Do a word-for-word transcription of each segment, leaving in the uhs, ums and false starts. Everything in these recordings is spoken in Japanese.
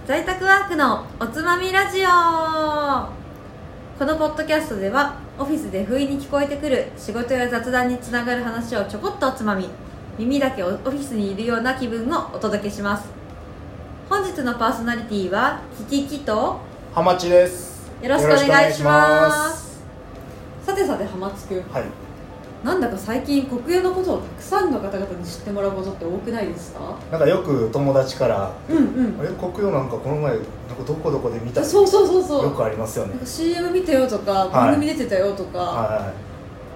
在宅ワークのおつまみラジオ。このポッドキャストではオフィスで不意に聞こえてくる仕事や雑談につながる話をちょこっとおつまみ、耳だけオフィスにいるような気分をお届けします。本日のパーソナリティはキキキとハマチです。 よろしくお願いします。さてさてハマチくん、 はい、なんだか最近国用のことをたくさんの方々に知ってもらうことって多くないですか？ なんかよく友達からうんうんあれ国用なんかこの前なんかどこどこで見た、 そうそうそうそう、 よくありますよね。 なんか シーエム 見たよとか、番組出てたよとか、 はいはい、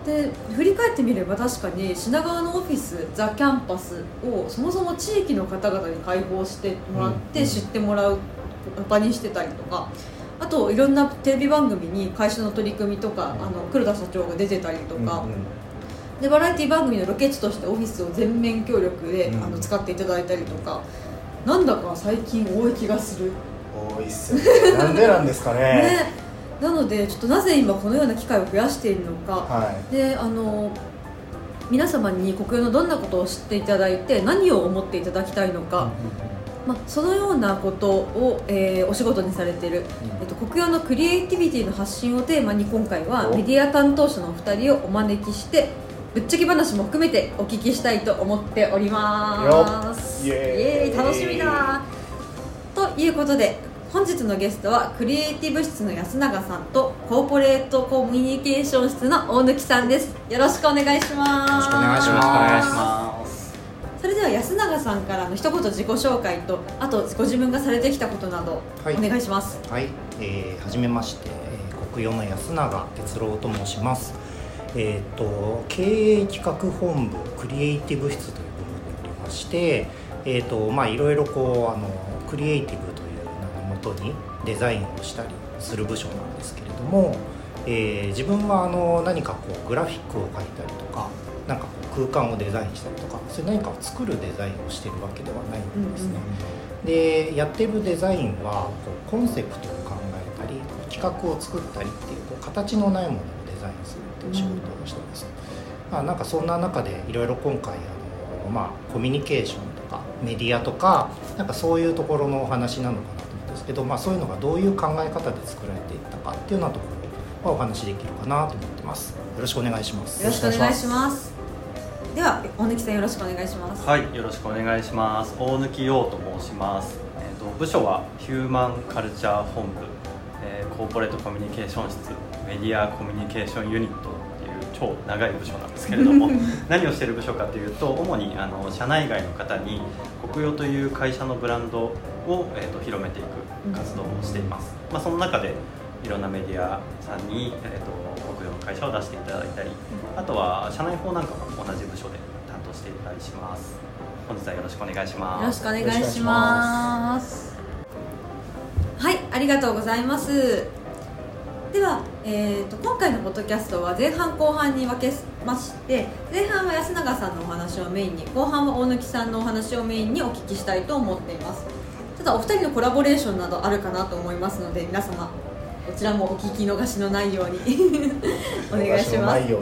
で振り返ってみれば確かに品川のオフィスザ・キャンパスをそもそも地域の方々に開放してもらって知ってもらう場にしてたりとか、あといろんなテレビ番組に会社の取り組みとか、あの黒田社長が出てたりとか、うんうん、でバラエティ番組のロケ地としてオフィスを全面協力で、うん、あの使っていただいたりとか、なんだか最近多い気がする。 多いっすよね。なんでなんですか ね, ねなのでちょっとなぜ今このような機会を増やしているのか、はい、であの皆様に国用のどんなことを知っていただいて何を思っていただきたいのか、うんまあ、そのようなことを、えー、お仕事にされている、うんえっと、国用のクリエイティビティの発信をテーマに今回はメディア担当者のお二人をお招きしてぶっちゃけ話も含めてお聞きしたいと思っております。イエーイ、楽しみだ。ということで本日のゲストはクリエイティブ室の安永さんとコーポレートコミュニケーション室の大貫さんです。よろしくお願いします。 よろしくお願いします。 それでは安永さんからの一言自己紹介と、あとご自分がされてきたことなどお願いします。 はい、はいえー、はじめまして、国用の安永哲郎と申します。えー、と経営企画本部クリエイティブ室という部分におりまして、えーとまあ、いろいろこうあのクリエイティブという名のもとにデザインをしたりする部署なんですけれども、えー、自分はあの何かこうグラフィックを描いたりとか、なんかこう空間をデザインしたりとか、そういう何かを作るデザインをしているわけではないんですね、うんうん、でやってるデザインはこうコンセプトを考えたり企画を作ったりっていう、こう形のないものをデザインするっていう仕事をしています、うんまあ、なんかそんな中でいろいろ今回あの、まあ、コミュニケーションとかメディアとか、なんかそういうところのお話なのかなと思うんですけど、まあ、そういうのがどういう考え方で作られていったかっていうようなところはお話できるかなと思ってます。よろしくお願いします。 よろしくお願いします。では大貫さんよろしくお願いします。 はい、よろしくお願いします。大貫陽と申します。えーと、部署はヒューマンカルチャー本部、えー、コーポレートコミュニケーション室、メディアコミュニケーションユニットっていう超長い部署なんですけれども何をしている部署かというと、主にあの社内外の方に国用という会社のブランドを、えーと、広めていく活動をしています、まあ、その中でいろんなメディアさんに、えーと、国用の会社を出していただいたり、あとは社内法なんかも同じ部署で担当していたりします。本日はよろしくお願いします。 よろしくお願いします。はい、ありがとうございます。では、えー、と今回のポッドキャストは前半後半に分けまして、前半は安永さんのお話をメインに、後半は大貫さんのお話をメインにお聞きしたいと思っています。ただお二人のコラボレーションなどあるかなと思いますので、皆様こちらもお聞き逃しのないようにお願いします。はい、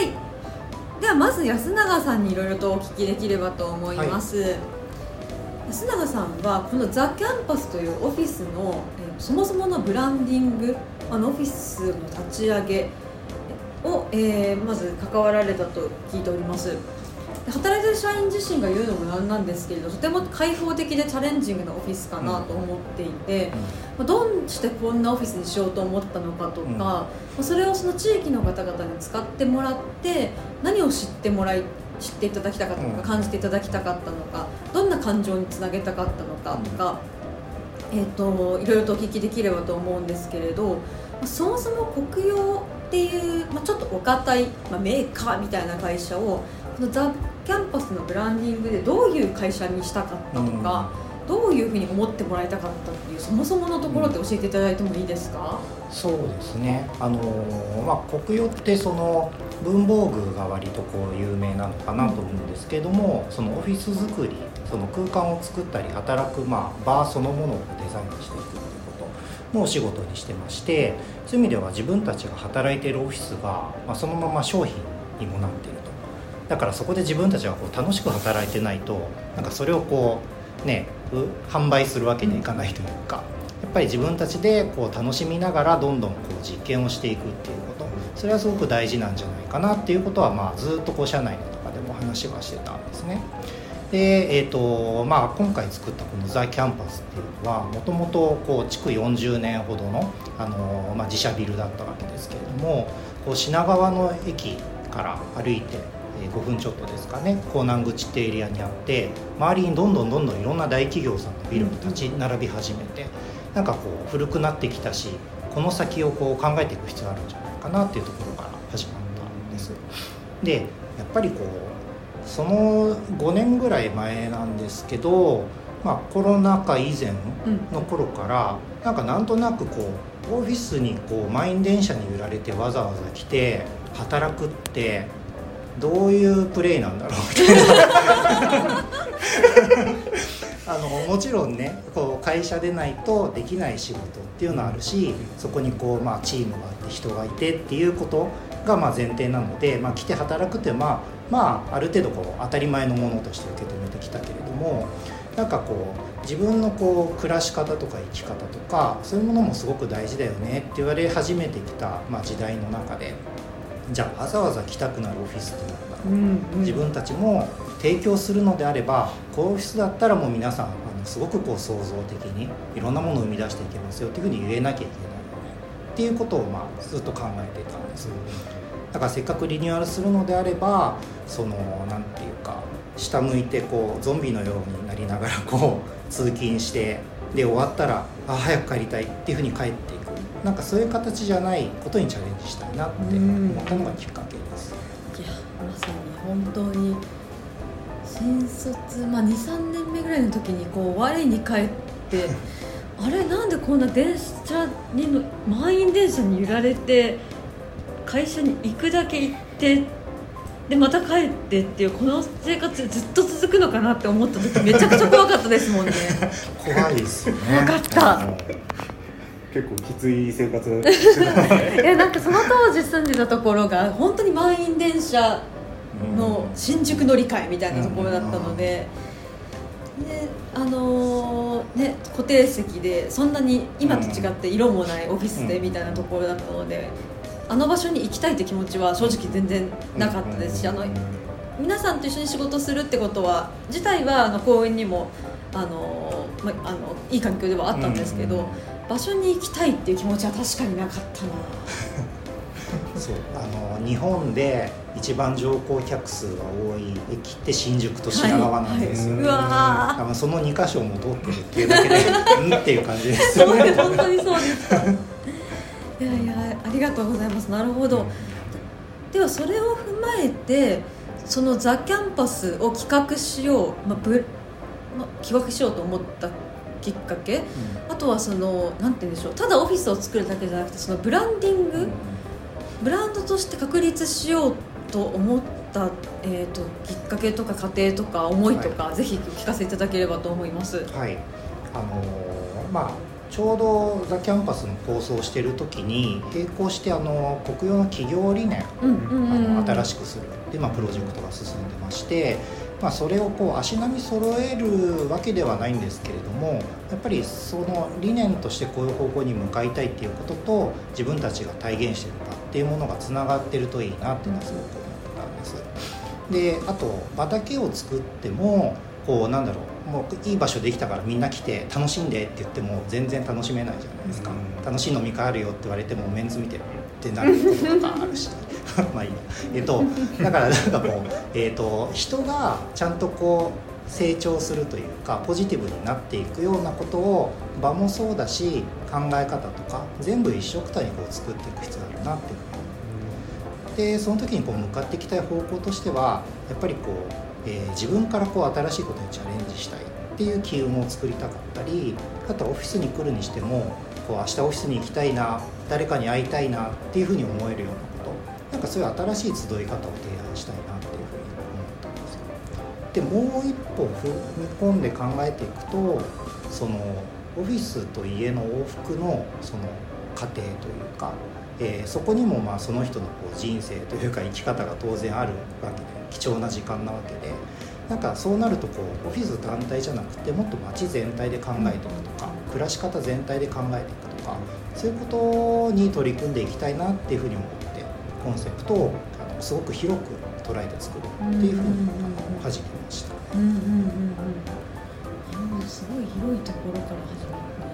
ではまず安永さんにいろいろとお聞きできればと思います、はい。安永さんはこのザ・キャンパスというオフィスの、えー、そもそものブランディング、あのオフィスの立ち上げを、えー、まず関わられたと聞いております。働いている社員自身が言うのもなんなんですけれど、とても開放的でチャレンジングなオフィスかなと思っていて、うん、どうしてこんなオフィスにしようと思ったのかとか、うん、それをその地域の方々に使ってもらって何を知ってもらい知っていただきたかったのか、感じていただきたかったのか、どんな感情につなげたかったのかとか、うんえー、といろいろとお聞きできればと思うんですけれど、そもそも国用っていう、まあ、ちょっとお堅い、まあ、メーカーみたいな会社をこのザ・キャンパスのブランディングでどういう会社にしたかったとか、うん、どういうふうに思ってもらいたかったっていうそもそものところって教えていただいてもいいですか？ うん、そうですね、あのーまあ、国用ってその文房具が割とこう有名なのかなと思うんですけども、うん、そのオフィス作り、その空間を作ったり働く、まあ、場そのものをデザインしていくということもお仕事にしてまして、そういう意味では自分たちが働いているオフィスが、まあ、そのまま商品にもなっていると。だからそこで自分たちがこう楽しく働いてないと、なんかそれをこうね販売するわけにはいかないというか、やっぱり自分たちでこう楽しみながらどんどんこう実験をしていくっていうこと、それはすごく大事なんじゃないかなっていうことは、まあ、ずっとこう社内の中でも話はしてたんですね。で、えーとまあ、今回作ったこのザ・キャンパスっていうのはもともと築よんじゅうねんほどの、あの、まあ、自社ビルだったわけですけれども、こう品川の駅から歩いてごふんちょっとですかね、港南口ってエリアにあって、周りにどんどんどんどんいろんな大企業さんのビルが立ち並び始めて、なんかこう古くなってきたし、この先をこう考えていく必要あるんじゃないかなっていうところから始まったんです。で、やっぱりこうそのごねんぐらい前なんですけど、まあ、コロナ禍以前の頃から、うん、なんかなんとなくこうオフィスにこう満員電車に揺られてわざわざ来て働くってどういうプレイなんだろうみたいなあのもちろんね、こう会社でないとできない仕事っていうのはあるし、そこにこう、まあ、チームがあって人がいてっていうことがまあ前提なので、まあ、来て働くってまあまあ、ある程度こう当たり前のものとして受け止めてきたけれども、なんかこう自分のこう暮らし方とか生き方とかそういうものもすごく大事だよねって言われ始めてきた、まあ、時代の中で、じゃあわざわざ来たくなるオフィスってなんだろう、うんうん、自分たちも提供するのであれば、こういうオフィスだったらもう皆さんあのすごくこう創造的にいろんなものを生み出していけますよっていうふうに言えなきゃいけないよねっていうことをまあずっと考えていたんです。だからせっかくリニューアルするのであれば、そのなんていうか下向いてこうゾンビのようになりながらこう通勤して、で終わったらあ早く帰りたいっていうふうに帰っていく、なんかそういう形じゃないことにチャレンジしたいなって思ったのがきっかけです。 いやまさに本当に新卒、まあ、にさんねんめぐらいの時にこう我に返ってあれなんでこんな電車にの満員電車に揺られて会社に行くだけ行ってでまた帰ってっていうこの生活ずっと続くのかなって思った時めちゃくちゃ怖かったですもんね怖いですよね。 怖かった結構きつい生活してたねいやなんかその当時住んでたところが本当に満員電車の新宿乗り換えみたいなところだったので、であのー、ね固定席でそんなに今と違って色もないオフィスでみたいなところだったので、あの場所に行きたいって気持ちは正直全然なかったですし、あの皆さんと一緒に仕事するってことは自体はあの公園にもあの、ま、あのいい環境ではあったんですけど、場所に行きたいっていう気持ちは確かになかったなそうあの日本で一番乗降客数が多い駅って新宿と品川なんですよ、ね、 はいはい、うわ多分そのにかしょも通ってるっていうだけでうんっていう感じですよね本当にそうですいやいやありがとうございます。なるほど。ではそれを踏まえてそのザ・キャンパスを企画しよう、まあぶまあ、企画しようと思ったきっかけ、うん、あとはそのなんて言うんでしょう、ただオフィスを作るだけじゃなくてそのブランディング、うん、ブランドとして確立しようと思った、えー、ときっかけとか過程とか思いとか、はい、ぜひお聞かせいただければと思います。 はい、あのー、まあちょうどザ・キャンパスの構想をしている時に並行してあの国用の企業理念、うんうんうん、あの新しくするっていう、まあ、プロジェクトが進んでまして、まあ、それをこう足並み揃えるわけではないんですけれども、やっぱりその理念としてこういう方向に向かいたいっていうことと自分たちが体現しているかっていうものがつながってるといいなっていうのはすごく思ったんです。であと場だけを作ってもこうなんだろう、もういい場所できたからみんな来て楽しんでって言っても全然楽しめないじゃないですか、うん、楽しい飲み会あるよって言われてもメンツ見てるってなることとかあるしまあいいや、えっと、だからなんかこう、えっと、人がちゃんとこう成長するというかポジティブになっていくようなことを場もそうだし考え方とか全部一緒くたにこう作っていく必要があるなっていうふうに、でその時にこう向かっていきたい方向としてはやっぱりこうえー、自分からこう新しいことにチャレンジしたいっていう機運を作りたかったり、あとはオフィスに来るにしてもこう明日オフィスに行きたいな、誰かに会いたいなっていうふうに思えるようなこと、なんかそういう新しい集い方を提案したいなっていうふうに思ったんですよ。でもう一歩踏み込んで考えていくと、そのオフィスと家の往復のその過程というか、えー、そこにもまあその人のこう人生というか生き方が当然あるわけで貴重な時間なわけで、 なんかそうなるとこうオフィス単体じゃなくてもっと街全体で考えていくとか、暮らし方全体で考えていくとか、そういうことに取り組んでいきたいなっていうふうに思ってコンセプトをあのすごく広く捉えて作るっていうふうにあの始めました。 うんうんうんうん、すごい広いところから始まる。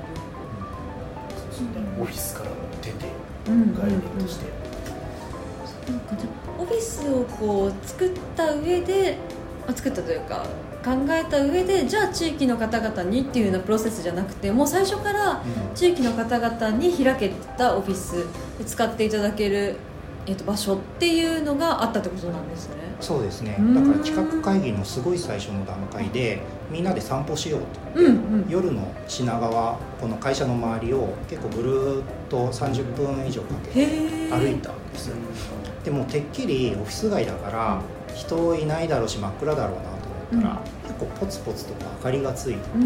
オフィスから出てうん概念として、 なんかじゃあオフィスをこう作った上で、あ作ったというか考えた上で、じゃあ地域の方々にっていうようなプロセスじゃなくて、もう最初から地域の方々に開けたオフィスで使っていただける、えー、と場所っていうのがあったってことなんですね。 そうですね。 うんだから企画会議のすごい最初の段階でみんなで散歩しようと、 うんうん、 夜の品川この会社の周りを結構ぐるっとさんじゅっぷん以上かけてへー歩いたんですよ。でもてっきりオフィス街だから人いないだろうし真っ暗だろうなと思ったら、うん、結構ポツポツと明かりがついてて、うん、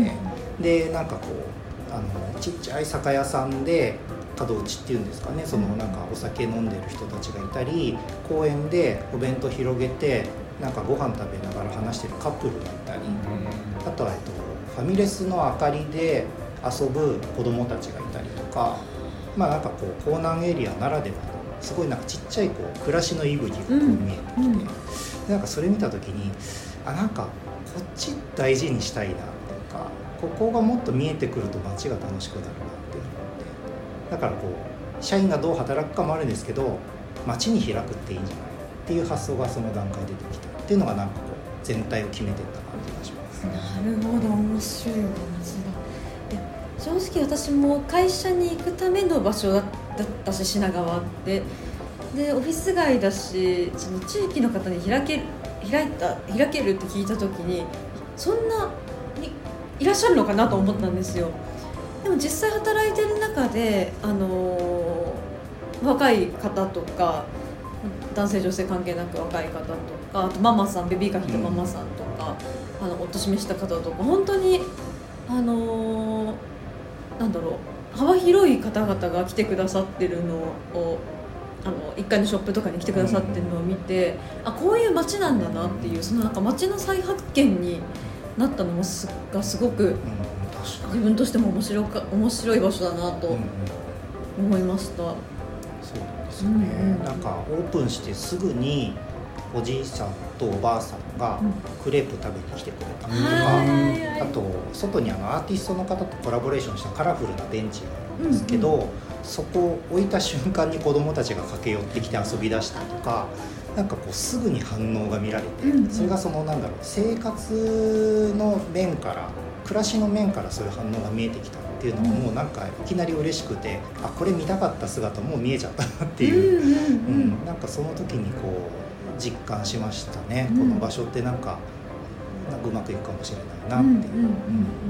でなんかこうあのちっちゃい酒屋さんで角打ちっていうんですかね、そのなんかお酒飲んでる人たちがいたり、公園でお弁当広げてなんかご飯食べながら話してるカップルがいたり、あとは、えっと、ファミレスの明かりで遊ぶ子供たちがいたりとか、まあなんかこう港南エリアならではのすごいなんかちっちゃいこう暮らしの息吹がこう見えてきて、うんうん、でなんかそれ見た時にあなんかこっち大事にしたいなっていうか、ここがもっと見えてくると街が楽しくなるなっていうのがあって、だからこう社員がどう働くかもあるんですけど街に開くっていいんじゃないっていう発想がその段階で出てきたっていうのがなんかこう全体を決めていった感じがします。 なるほど、面白いお話だ。正直私も会社に行くための場所だったし、品川ってでオフィス街だし、その地域の方に開ける開いた開けるって聞いた時にそんなにいらっしゃるのかなと思ったんですよ。でも実際働いてる中で、あのー、若い方とか男性女性関係なく若い方とか、あとママさん、ベビーカー引いたママさんとか、うん、あのお年めした方とか、本当にあのー、なんだろう、幅広い方々が来てくださってるのを、あのいっかいのショップとかに来てくださってるのを見て、うん、あこういう街なんだなっていう、そのなんか街の再発見になったのもすがすごく、うん、自分としても面白か面白い場所だなと思いました。 そうですよね、うんうん、なんかオープンしてすぐにおじいさんとおばあさんがクレープ食べに来てくれたりとか、うん、あと外にあのアーティストの方とコラボレーションしたカラフルなベンチがあるんですけど、うんうん、そこを置いた瞬間に子どもたちが駆け寄ってきて遊び出したりとか、なんかこうすぐに反応が見られて、うんうん、それがそのなんだろう、生活の面から暮らしの面からそういう反応が見えてきたっていうのも、もうなんかいきなり嬉しくて、あこれ見たかった姿もう見えちゃったなっていう、うんうんうんうん、なんかその時にこう実感しましたね、うん、この場所ってなんかなんかうまくいくかもしれないなっていう、うんうんうんうん、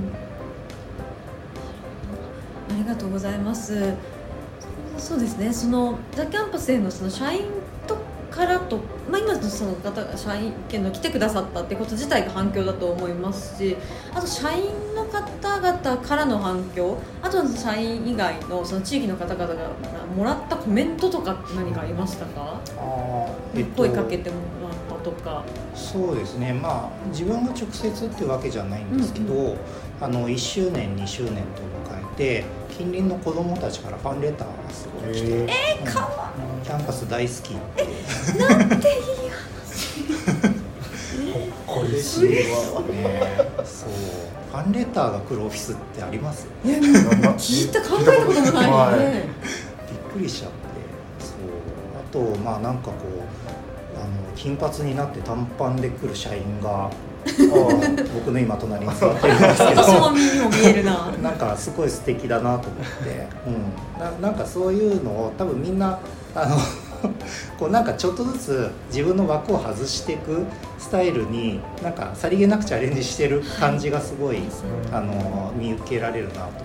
ありがとうございます。そうですね、そのザ・キャンパスへのその社員とからと、まあ、今のその方が社員権の来てくださったってこと自体が反響だと思いますし、あと社員の方々からの反響、あと社員以外のその地域の方々がもらったコメントとかって何かありましたか？あ、えっと、声かけてもらったとか。そうですね、まあ自分が直接っていうわけじゃないんですけど、うんうん、あのいっしゅうねんにしゅうねんと迎えて近隣の子どもたちからファンレターがすごい来て、 えー、かわいい、 キャンパス大好きってなんていい話ほっこりしいわね。そう、ファンレターが来るオフィスってあります？ いや聞いた考えたこともないので、ね、 びっくりしちゃって。そう、あとまあなんかこうあの金髪になって短パンで来る社員が僕の今隣に座ってるんですけど、 私も見にも見えるななんかすごい素敵だなと思って、うん、な, なんかそういうのを多分みんなあのこうなんかちょっとずつ自分の枠を外していくスタイルになんかさりげなくチャレンジしてる感じがすごい、はい、あの見受けられるなと思って、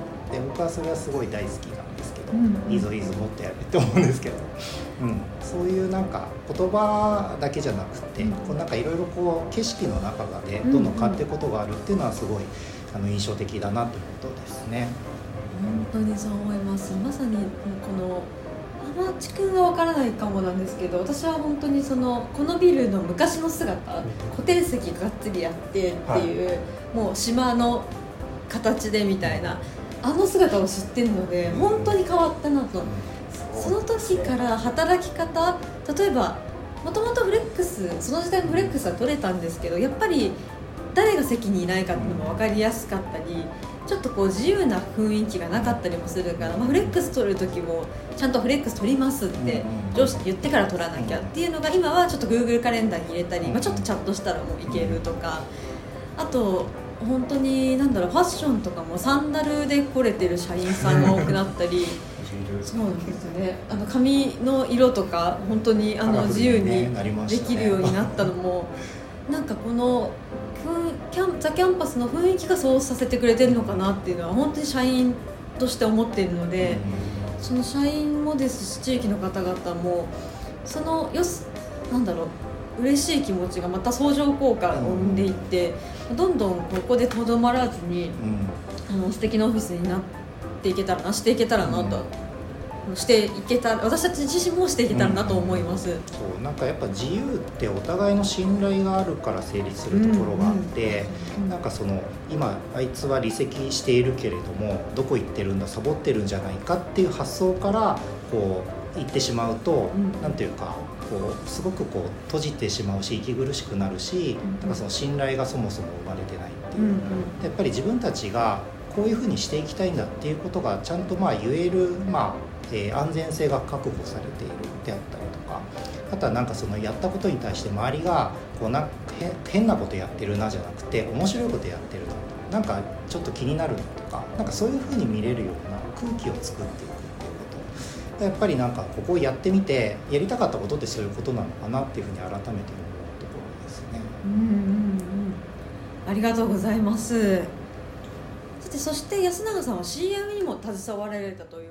僕はそれはすごい大好きなんですけど、うんうん、いいぞいいぞもっとやるって思うんですけど、うん、そういうなんか言葉だけじゃなくて、うん、こうなんかいろいろこう景色の中でどんどん変わっていくことがあるっていうのはすごいあの印象的だなということですね。 本当にそう思います。まさにこの友達くんは分からないかもなんですけど、私は本当にそのこのビルの昔の姿、固定席がっつりやってっていう、はい、もう島の形でみたいなあの姿を知ってるので本当に変わったなと。その時から働き方、例えばもともとフレックス、その時代のフレックスは取れたんですけど、やっぱり誰が席にいないかっていうのも分かりやすかったり、ちょっとこう自由な雰囲気がなかったりもするから、まあ、フレックス取る時もちゃんとフレックス取りますって上司に言ってから取らなきゃっていうのが、今はちょっと Google カレンダーに入れたり、まあ、ちょっとチャットしたらもういけるとか、あと本当になんだろう、ファッションとかもサンダルで来れてる社員さんが多くなったりそうなんですね、あの髪の色とか本当にあの自由にできるようになったのも、なんかこのキャンザ・キャンパスの雰囲気がそうさせてくれてるのかなっていうのは本当に社員として思っているので、その社員もですし地域の方々もそのよすなんだろう嬉しい気持ちがまた相乗効果を生んでいって、どんどんここでとどまらずに、あの素敵なオフィスになっていけたらなしていけたらなと、していけた私たち自身もしていけたらなと思います、うん、 そうなんかやっぱ自由ってお互いの信頼があるから成立するところがあって、うんうん、なんかその今あいつは離席しているけれどもどこ行ってるんだサボってるんじゃないかっていう発想からこう行ってしまうと、うん、なんていうかこうすごくこう閉じてしまうし息苦しくなるし、うん、なんかその信頼がそもそも生まれてないっていう、うんうん、やっぱり自分たちがこういうふうにしていきたいんだっていうことがちゃんとまあ言える、まあえー、安全性が確保されているであったりとか、あとはなんかそのやったことに対して周りがこうな変なことやってるなじゃなくて面白いことやってるな、なんかちょっと気になるなとか、なんかそういうふうに見れるような空気を作っていくっていうこと、やっぱりなんかここをやってみてやりたかったことってそういうことなのかなっていうふうに改めて思うところですね。 うんうんうん、ありがとうございます。さてそして安永さんは シーエム にも携わられたという